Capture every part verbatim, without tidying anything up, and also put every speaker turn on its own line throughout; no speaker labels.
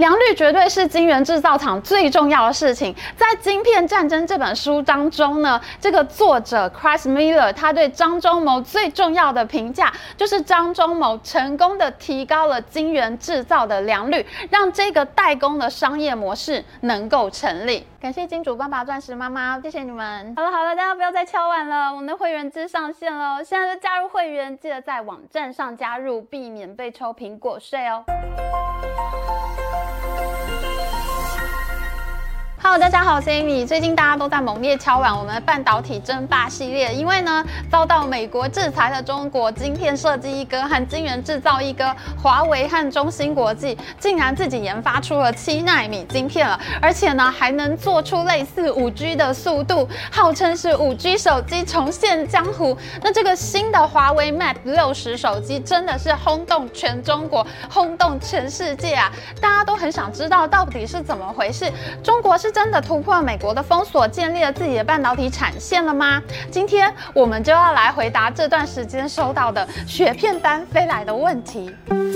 良率绝对是晶圆制造厂最重要的事情。在《晶片战争》这本书当中呢，这个作者 Chris Miller 他对张忠谋最重要的评价就是张忠谋成功的提高了晶圆制造的良率，让这个代工的商业模式能够成立。感谢金主爸爸、钻石妈妈，谢谢你们。好了好了，大家不要再敲碗了，我们的会员制上线了，现在就加入会员，记得在网站上加入，避免被抽苹果税哦。Hello， 大家好，我是 Amy。最近大家都在猛烈敲碗我们的半导体争霸系列，因为呢，遭到美国制裁的中国晶片设计一哥和晶圆制造一哥华为和中芯国际，竟然自己研发出了七奈米晶片了，而且呢，还能做出类似 五 G 的速度，号称是 五 G 手机重现江湖。那这个新的华为 Mate 六十手机真的是轰动全中国，轰动全世界啊！大家都很想知道到底是怎么回事，中国是真的突破美国的封锁，建立了自己的半导体产线了吗？今天我们就要来回答这段时间收到的雪片般飞来的问题。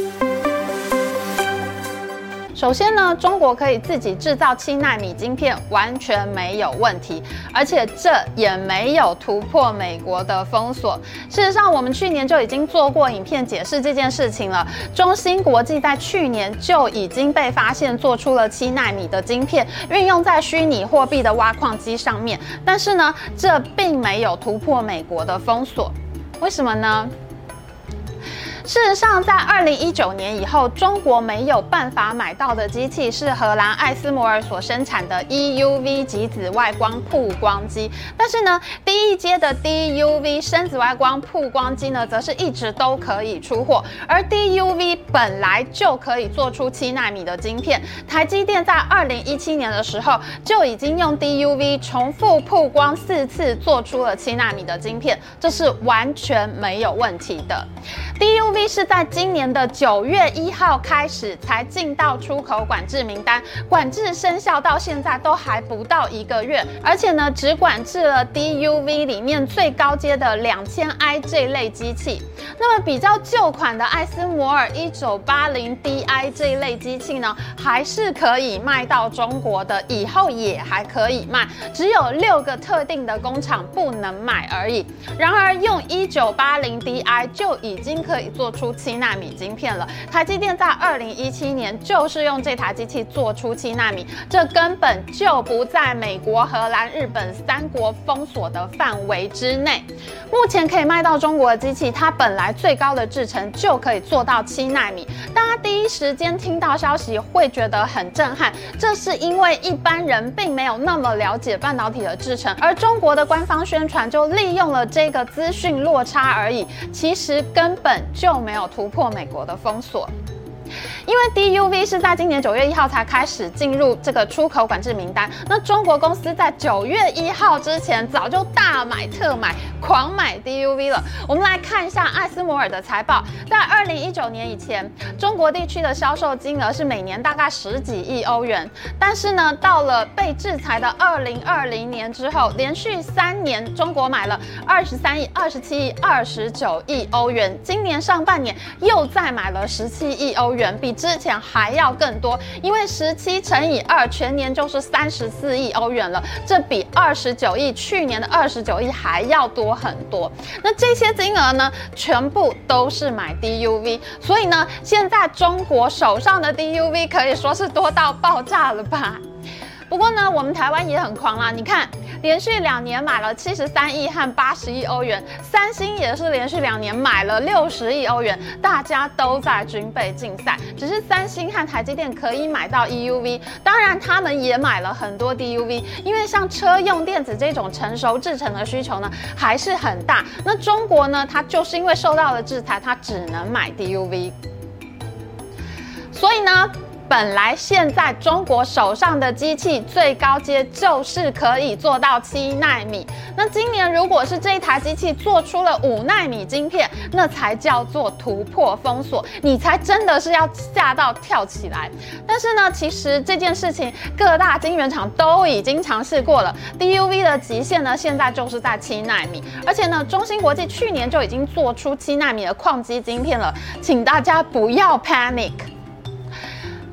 首先呢，中国可以自己制造七奈米晶片，完全没有问题，而且这也没有突破美国的封锁。事实上，我们去年就已经做过影片解释这件事情了。中芯国际在去年就已经被发现做出了七奈米的晶片，运用在虚拟货币的挖矿机上面，但是呢，这并没有突破美国的封锁。为什么呢？事实上，在二零一九年以后，中国没有办法买到的机器是荷兰艾斯摩尔所生产的 E U V 极紫外光曝光机。但是呢，第一阶的 D U V 深紫外光曝光机呢，则是一直都可以出货。而 D U V 本来就可以做出七奈米的晶片，台积电在二零一七年的时候就已经用 D U V 重复曝光四次，做出了七奈米的晶片，这是完全没有问题的。D U V 是在今年的九月一号开始才进到出口管制名单，管制生效到现在都还不到一个月，而且呢，只管制了 D U V 里面最高阶的两千 I 这类机器。那么比较旧款的艾斯摩尔一九八零 D I 这一类机器呢，还是可以卖到中国的，以后也还可以卖，只有六个特定的工厂不能买而已。然而用一九八零 D I 就已经可以做出七奈米晶片了。台积电在二零一七年就是用这台机器做出七奈米，这根本就不在美国、荷兰、日本三国封锁的范围之内。目前可以卖到中国的机器，它本来最高的制程就可以做到七奈米。大家第一时间听到消息会觉得很震撼，这是因为一般人并没有那么了解半导体的制程，而中国的官方宣传就利用了这个资讯落差而已，其实根本就没有突破美国的封锁。因为 D U V 是在今年九月一号才开始进入这个出口管制名单，那中国公司在九月一号之前早就大买特买、狂买 D U V 了。我们来看一下艾斯摩尔的财报，在二零一九年以前，中国地区的销售金额是每年大概十几亿欧元，但是呢，到了被制裁的二零二零年之后，连续三年中国买了二十三亿、二十七亿、二十九亿欧元，今年上半年又再买了十七亿欧元，比之前还要更多，因为十七乘以二，全年就是三十四亿欧元了，这比二十九亿去年的二十九亿还要多很多。那这些金额呢，全部都是买 D U V， 所以呢，现在中国手上的 D U V 可以说是多到爆炸了吧？不过呢，我们台湾也很狂啦，你看，连续两年买了七十三亿和八十亿欧元，三星也是连续两年买了六十亿欧元，大家都在军备竞赛。只是三星和台积电可以买到 E U V， 当然他们也买了很多 D U V， 因为像车用电子这种成熟制程的需求呢还是很大。那中国呢，它就是因为受到了制裁，它只能买 D U V， 所以呢。本来现在中国手上的机器最高阶就是可以做到七奈米，那今年如果是这一台机器做出了五奈米晶片，那才叫做突破封锁，你才真的是要吓到跳起来。但是呢，其实这件事情各大晶圆厂都已经尝试过了 ，D U V 的极限呢现在就是在七奈米，而且呢，中芯国际去年就已经做出七奈米的矿机晶片了，请大家不要 panic。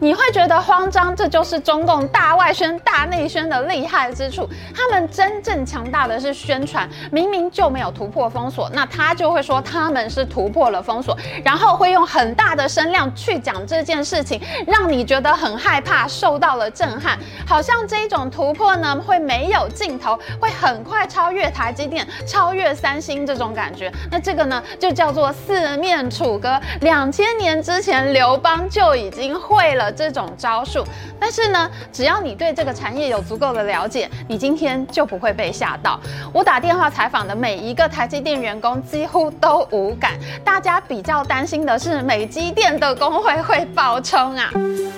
你会觉得慌张，这就是中共大外宣、大内宣的厉害之处。他们真正强大的是宣传，明明就没有突破封锁，那他就会说他们是突破了封锁，然后会用很大的声量去讲这件事情，让你觉得很害怕，受到了震撼，好像这种突破呢会没有尽头，会很快超越台积电、超越三星这种感觉。那这个呢就叫做四面楚歌。两千年之前，刘邦就已经会了这种招数，但是呢，只要你对这个产业有足够的了解，你今天就不会被吓到。我打电话采访的每一个台积电员工几乎都无感，大家比较担心的是美积电的工会会爆冲啊。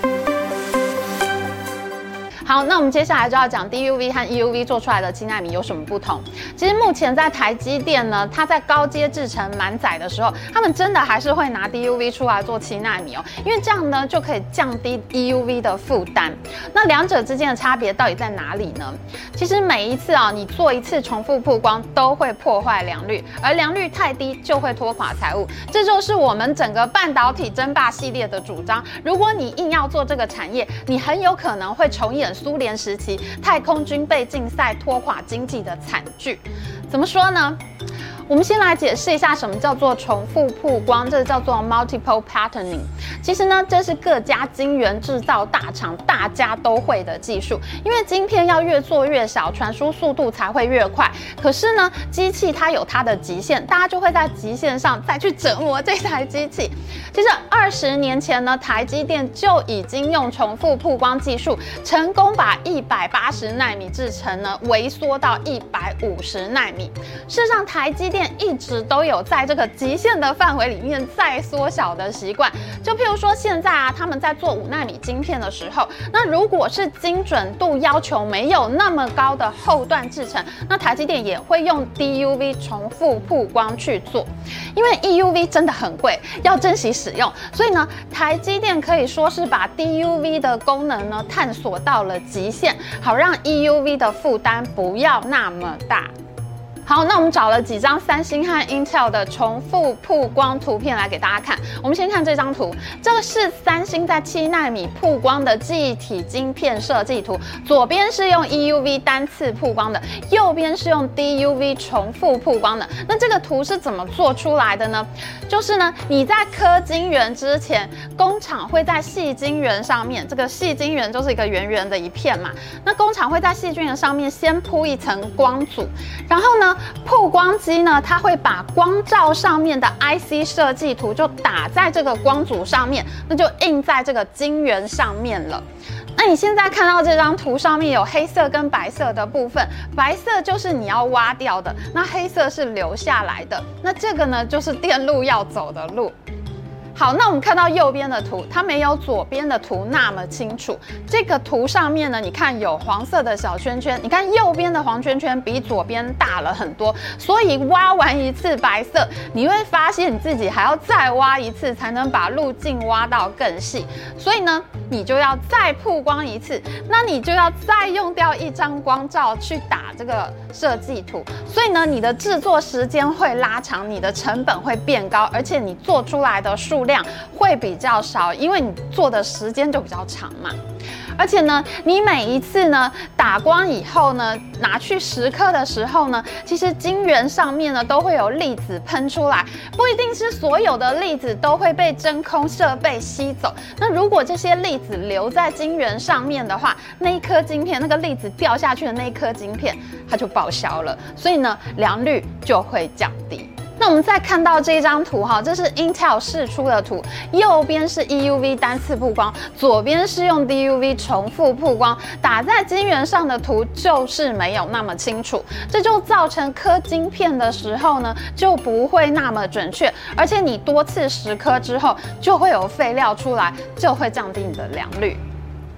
好，那我们接下来就要讲 D U V 和 E U V 做出来的七奈米有什么不同。其实目前在台积电呢，它在高阶制程满载的时候，他们真的还是会拿 D U V 出来做七奈米哦，因为这样呢就可以降低 E U V 的负担。那两者之间的差别到底在哪里呢？其实每一次啊，你做一次重复曝光都会破坏良率，而良率太低就会拖垮财务。这就是我们整个半导体争霸系列的主张。如果你硬要做这个产业，你很有可能会重演苏联时期太空军备竞赛拖垮经济的惨剧。怎么说呢？我们先来解释一下什么叫做重复曝光，这叫做 multiple patterning。其实呢，这是各家晶圆制造大厂大家都会的技术，因为晶片要越做越小，传输速度才会越快。可是呢，机器它有它的极限，大家就会在极限上再去折磨这台机器。其实二十年前呢，台积电就已经用重复曝光技术，成功把一百八十奈米制程呢微缩到一百五十奈米。事实上，台积电一直都有在这个极限的范围里面再缩小的习惯。就譬如说现在啊，他们在做五奈米晶片的时候，那如果是精准度要求没有那么高的后段制程，那台积电也会用 D U V 重复曝光去做。因为 E U V 真的很贵，要珍惜使用，所以呢，台积电可以说是把 D U V 的功能呢探索到了极限，好让 E U V 的负担不要那么大。好，那我们找了几张三星和 Intel 的重复曝光图片来给大家看。我们先看这张图，这个是三星在七奈米曝光的记忆体晶片设计图，左边是用 E U V 单次曝光的，右边是用 D U V 重复曝光的。那这个图是怎么做出来的呢？就是呢，你在刻晶圆之前，工厂会在细晶圆上面，这个细晶圆就是一个圆圆的一片嘛，那工厂会在细晶圆上面先铺一层光阻，然后呢，曝光机呢，它会把光罩上面的 I C 设计图就打在这个光阻上面，那就印在这个晶圆上面了。那你现在看到这张图上面有黑色跟白色的部分，白色就是你要挖掉的，那黑色是留下来的。那这个呢，就是电路要走的路。好，那我们看到右边的图，它没有左边的图那么清楚。这个图上面呢，你看有黄色的小圈圈，你看右边的黄圈圈比左边大了很多，所以挖完一次白色，你会发现你自己还要再挖一次，才能把路径挖到更细。所以呢，你就要再曝光一次，那你就要再用掉一张光罩去打这个设计图。所以呢，你的制作时间会拉长，你的成本会变高，而且你做出来的数量会比较少，因为你做的时间就比较长嘛。而且呢，你每一次呢打光以后呢，拿去蚀刻的时候呢，其实晶圆上面呢都会有粒子喷出来，不一定是所有的粒子都会被真空设备吸走。那如果这些粒子留在晶圆上面的话，那一颗晶片，那个粒子掉下去的那一颗晶片，它就报销了，所以呢，良率就会降低。那我们再看到这张图哈，这是 Intel 释出的图，右边是 E U V 单次曝光，左边是用 D U V 重复曝光，打在晶圆上的图就是没有那么清楚，这就造成刻晶片的时候呢就不会那么准确，而且你多次蚀刻之后就会有废料出来，就会降低你的良率。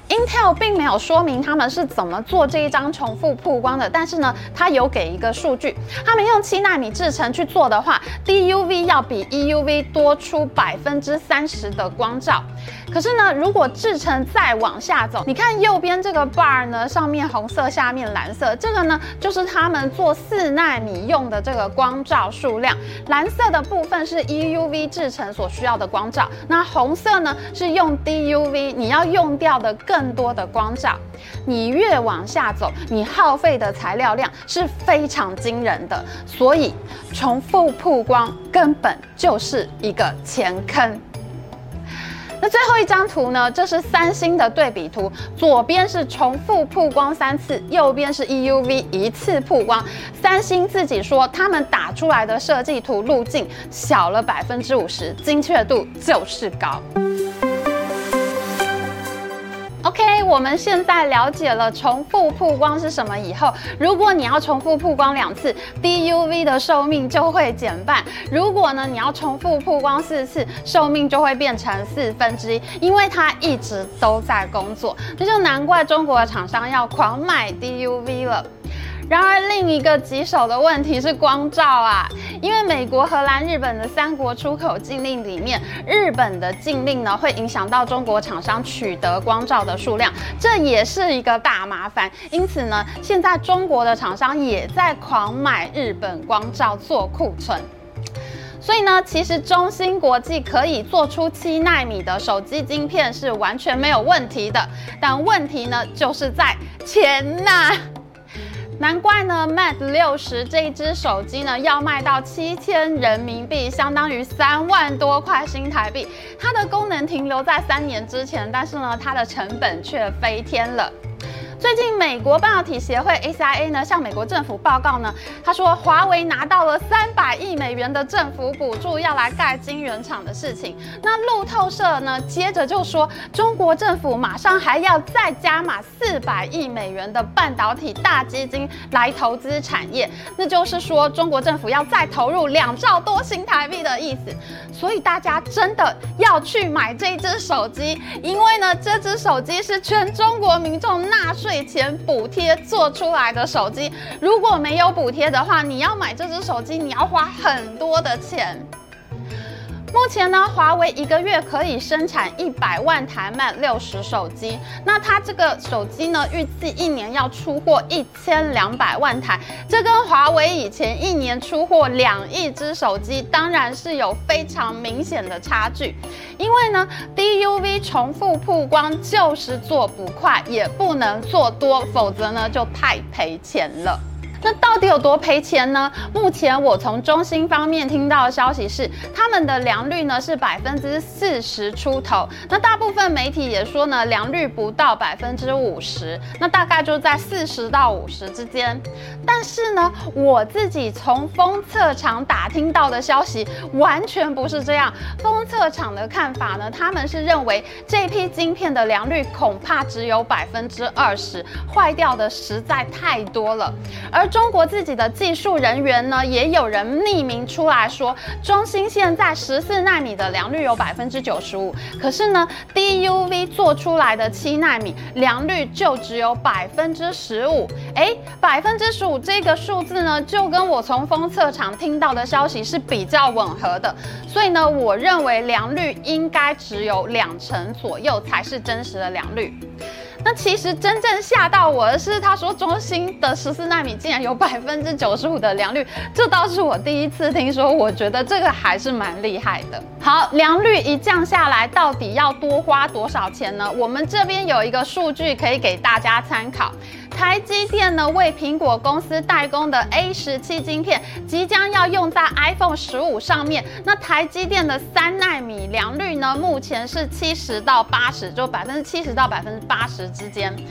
Intel 并没有说明他们是怎么做这一张重复曝光的，但是呢，它有给一个数据，他们用七纳米制程去做的话 ，D U V 要比 E U V 多出百分之三十的光照。可是呢，如果制程再往下走，你看右边这个 bar 呢，上面红色，下面蓝色，这个呢就是他们做四纳米用的这个光照数量。蓝色的部分是 E U V 制程所需要的光照，那红色呢是用 D U V， 你要用掉的更多的光照。你越往下走，你耗费的材料量是非常惊人的，所以重复曝光根本就是一个钱坑。那最后一张图呢？这是三星的对比图，左边是重复曝光三次，右边是 E U V 一次曝光。三星自己说，他们打出来的设计图路径小了百分之五十，精确度就是高。OK， 我们现在了解了重复曝光是什么以后，如果你要重复曝光两次 ，D U V 的寿命就会减半；如果呢你要重复曝光四次，寿命就会变成四分之一，因为它一直都在工作，这就难怪中国的厂商要狂买 D U V 了。然而，另一个棘手的问题是光照啊，因为美国、荷兰、日本的三国出口禁令里面，日本的禁令呢会影响到中国厂商取得光照的数量，这也是一个大麻烦。因此呢，现在中国的厂商也在狂买日本光照做库存。所以呢，其实中芯国际可以做出七纳米的手机晶片是完全没有问题的，但问题呢就是在钱呐。难怪呢 ，Mate 六十这一只手机呢要卖到七千人民币，相当于三万多块新台币。它的功能停留在三年之前，但是呢，它的成本却飞天了。最近，美国半导体协会 A C I A 呢向美国政府报告呢，他说华为拿到了三百亿美元的政府补助，要来盖晶圆厂的事情。那路透社呢接着就说，中国政府马上还要再加码四百亿美元的半导体大基金来投资产业，那就是说中国政府要再投入两兆多新台币的意思。所以大家真的要去买这只手机，因为呢这只手机是全中国民众纳税前补贴做出来的手机，如果没有补贴的话，你要买这只手机，你要花很多的钱。目前呢，华为一个月可以生产一百万台 Mate 六十手机，那它这个手机呢，预计一年要出货一千两百万台，这跟华为以前一年出货两亿只手机，当然是有非常明显的差距。因为呢 ，D U V 重复曝光就是做不快，也不能做多，否则呢就太赔钱了。那到底有多赔钱呢？目前我从中芯方面听到的消息是，他们的良率呢是百分之四十出头。那大部分媒体也说呢，良率不到百分之五十，那大概就在四十到五十之间。但是呢，我自己从封测厂打听到的消息完全不是这样。封测厂的看法呢，他们是认为这批晶片的良率恐怕只有百分之二十，坏掉的实在太多了。而中国自己的技术人员呢，也有人匿名出来说，中芯现在十四纳米的良率有百分之九十五，可是呢 ，D U V 做出来的七纳米良率就只有百分之十五。哎，百分之十五这个数字呢，就跟我从封测厂听到的消息是比较吻合的。所以呢，我认为良率应该只有两成左右才是真实的良率。那其实真正吓到我的是，他说中芯的十四纳米竟然有百分之九十五的良率，这倒是我第一次听说，我觉得这个还是蛮厉害的。好，良率一降下来，到底要多花多少钱呢？我们这边有一个数据可以给大家参考。台积电呢为苹果公司代工的 A 十七 晶片即将要用在 iPhone 十五上面，那台积电的三纳米良率呢，目前是七十到八十，就百分之七十到百分之八十之间。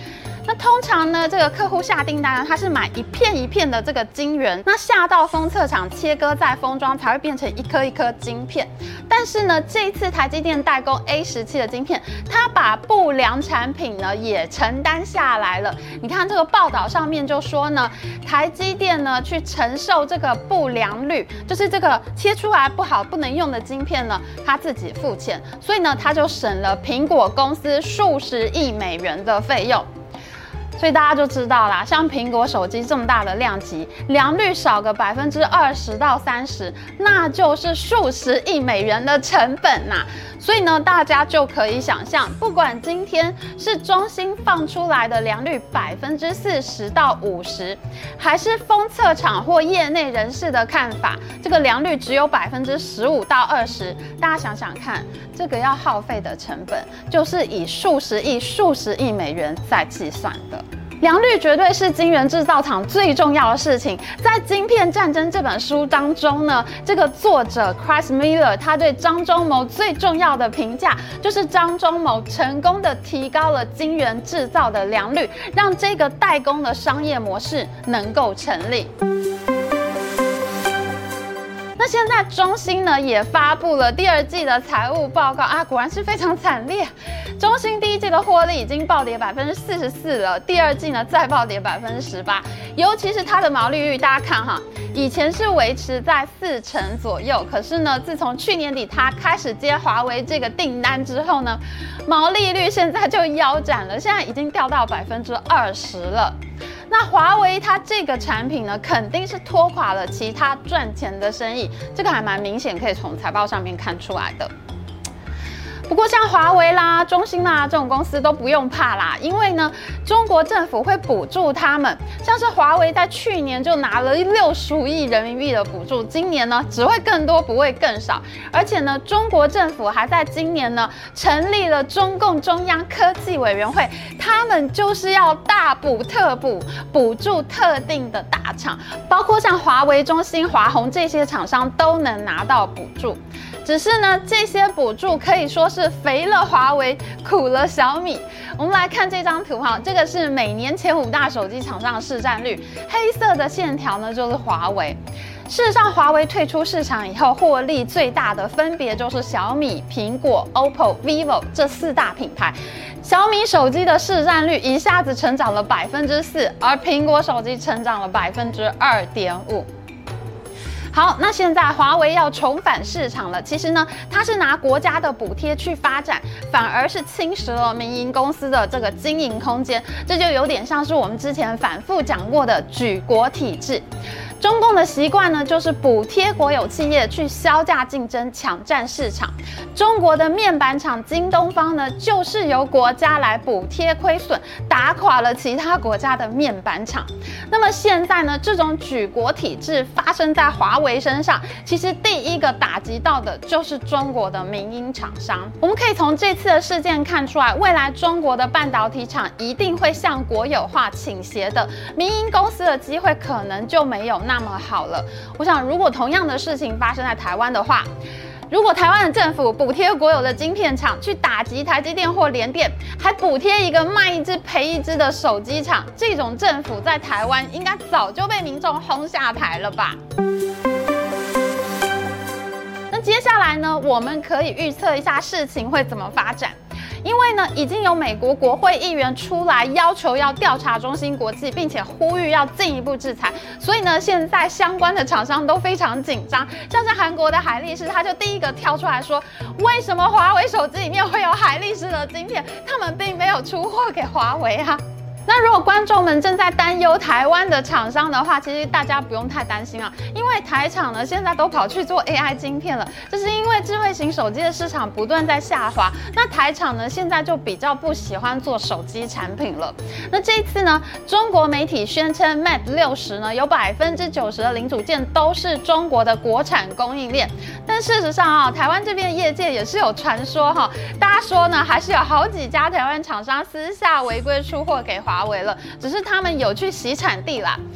那通常呢，这个客户下订单，他是买一片一片的这个晶圆，那下到封测厂切割再封装，才会变成一颗一颗晶片。但是呢，这一次台积电代工 A 十七 的晶片，它把不良产品呢也承担下来了。你看这个报道上面就说呢，台积电呢去承受这个不良率，就是这个切出来不好不能用的晶片呢，他自己付钱，所以呢，他就省了苹果公司数十亿美元的费用。所以大家就知道啦，像苹果手机这么大的量级，良率少个百分之二十到三十，那就是数十亿美元的成本呐、啊。所以呢，大家就可以想象，不管今天是中芯放出来的良率百分之四十到五十，还是封测厂或业内人士的看法，这个良率只有百分之十五到二十，大家想想看，这个要耗费的成本就是以数十亿、数十亿美元在计算的。良率绝对是晶圆制造厂最重要的事情。在《晶片战争》这本书当中呢，这个作者 Chris Miller 他对张忠谋最重要的评价，就是张忠谋成功的提高了晶圆制造的良率，让这个代工的商业模式能够成立。那现在中芯呢也发布了第二季的财务报告啊，果然是非常惨烈。中芯第一季的获利已经暴跌百分之四十四了，第二季呢再暴跌百分之十八，尤其是它的毛利率，大家看哈，以前是维持在四成左右，可是呢，自从去年底它开始接华为这个订单之后呢，毛利率现在就腰斩了，现在已经掉到百分之二十了。那华为它这个产品呢，肯定是拖垮了其他赚钱的生意，这个还蛮明显，可以从财报上面看出来的。不过像华为啦、中芯啦这种公司都不用怕啦，因为呢，中国政府会补助他们。像是华为在去年就拿了六十五亿人民币的补助，今年呢只会更多，不会更少。而且呢，中国政府还在今年呢成立了中共中央科技委员会，他们就是要大补特补，补助特定的大厂，包括像华为、中芯、华虹这些厂商都能拿到补助。只是呢，这些补助可以说是肥了华为，苦了小米。我们来看这张图哈，这个是每年前五大手机厂商的市占率，黑色的线条呢就是华为。事实上，华为退出市场以后，获利最大的分别就是小米、苹果、O P P O、vivo 这四大品牌。小米手机的市占率一下子成长了百分之四，而苹果手机成长了百分之二点五。好，那现在华为要重返市场了。其实呢，它是拿国家的补贴去发展，反而是侵蚀了民营公司的这个经营空间。这就有点像是我们之前反复讲过的举国体制。中共的习惯呢，就是补贴国有企业去削价竞争、抢占市场。中国的面板厂京东方呢，就是由国家来补贴亏损，打垮了其他国家的面板厂。那么现在呢，这种举国体制发生在华为身上，其实第一个打击到的就是中国的民营厂商。我们可以从这次的事件看出来，未来中国的半导体厂一定会向国有化倾斜的，民营公司的机会可能就没有那么好了。我想，如果同样的事情发生在台湾的话，如果台湾的政府补贴国有的晶片厂去打击台积电或联电，还补贴一个卖一支赔一支的手机厂，这种政府在台湾应该早就被民众轰下台了吧？那接下来呢，我们可以预测一下事情会怎么发展。因为呢，已经有美国国会议员出来要求要调查中芯国际，并且呼吁要进一步制裁，所以呢，现在相关的厂商都非常紧张。像是韩国的海力士，他就第一个跳出来说，为什么华为手机里面会有海力士的晶片？他们并没有出货给华为啊。那如果观众们正在担忧台湾的厂商的话，其实大家不用太担心啊，因为台厂呢现在都跑去做 A I 晶片了，这是因为智慧型手机的市场不断在下滑，那台厂呢现在就比较不喜欢做手机产品了。那这一次呢，中国媒体宣称 Mate 六十呢有百分之九十的零组件都是中国的国产供应链，但事实上啊，台湾这边业界也是有传说哈，大家说呢还是有好几家台湾厂商私下违规出货给华为了，只是他们有去洗产地啦。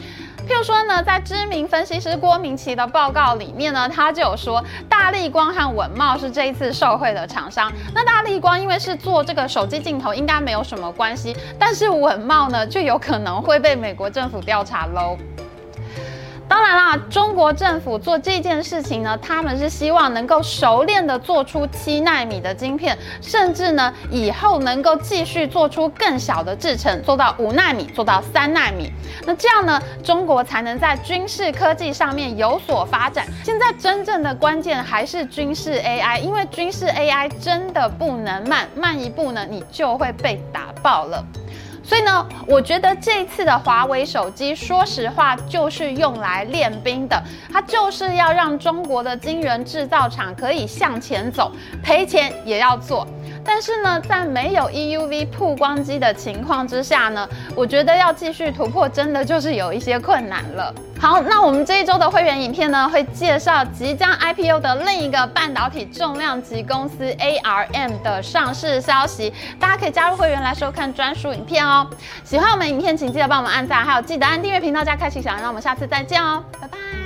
譬如说呢，在知名分析师郭明骐的报告里面呢，他就有说，大立光和稳懋是这一次受惠的厂商。那大立光因为是做这个手机镜头，应该没有什么关系，但是稳懋呢，就有可能会被美国政府调查喽。当然啦，中国政府做这件事情呢，他们是希望能够熟练的做出七奈米的晶片，甚至呢以后能够继续做出更小的制程，做到五奈米，做到三奈米。那这样呢，中国才能在军事科技上面有所发展。现在真正的关键还是军事 A I， 因为军事 A I 真的不能慢，慢一步呢，你就会被打爆了。所以呢，我觉得这一次的华为手机，说实话就是用来练兵的，它就是要让中国的晶圆制造厂可以向前走，赔钱也要做。但是呢，在没有 E U V 曝光机的情况之下呢，我觉得要继续突破，真的就是有一些困难了。好，那我们这一周的会员影片呢，会介绍即将 I P O 的另一个半导体重量级公司 A R M 的上市消息，大家可以加入会员来收看专属影片哦。喜欢我们影片，请记得帮我们按赞，还有记得按订阅频道加开启小铃铛。那我们下次再见哦，拜拜。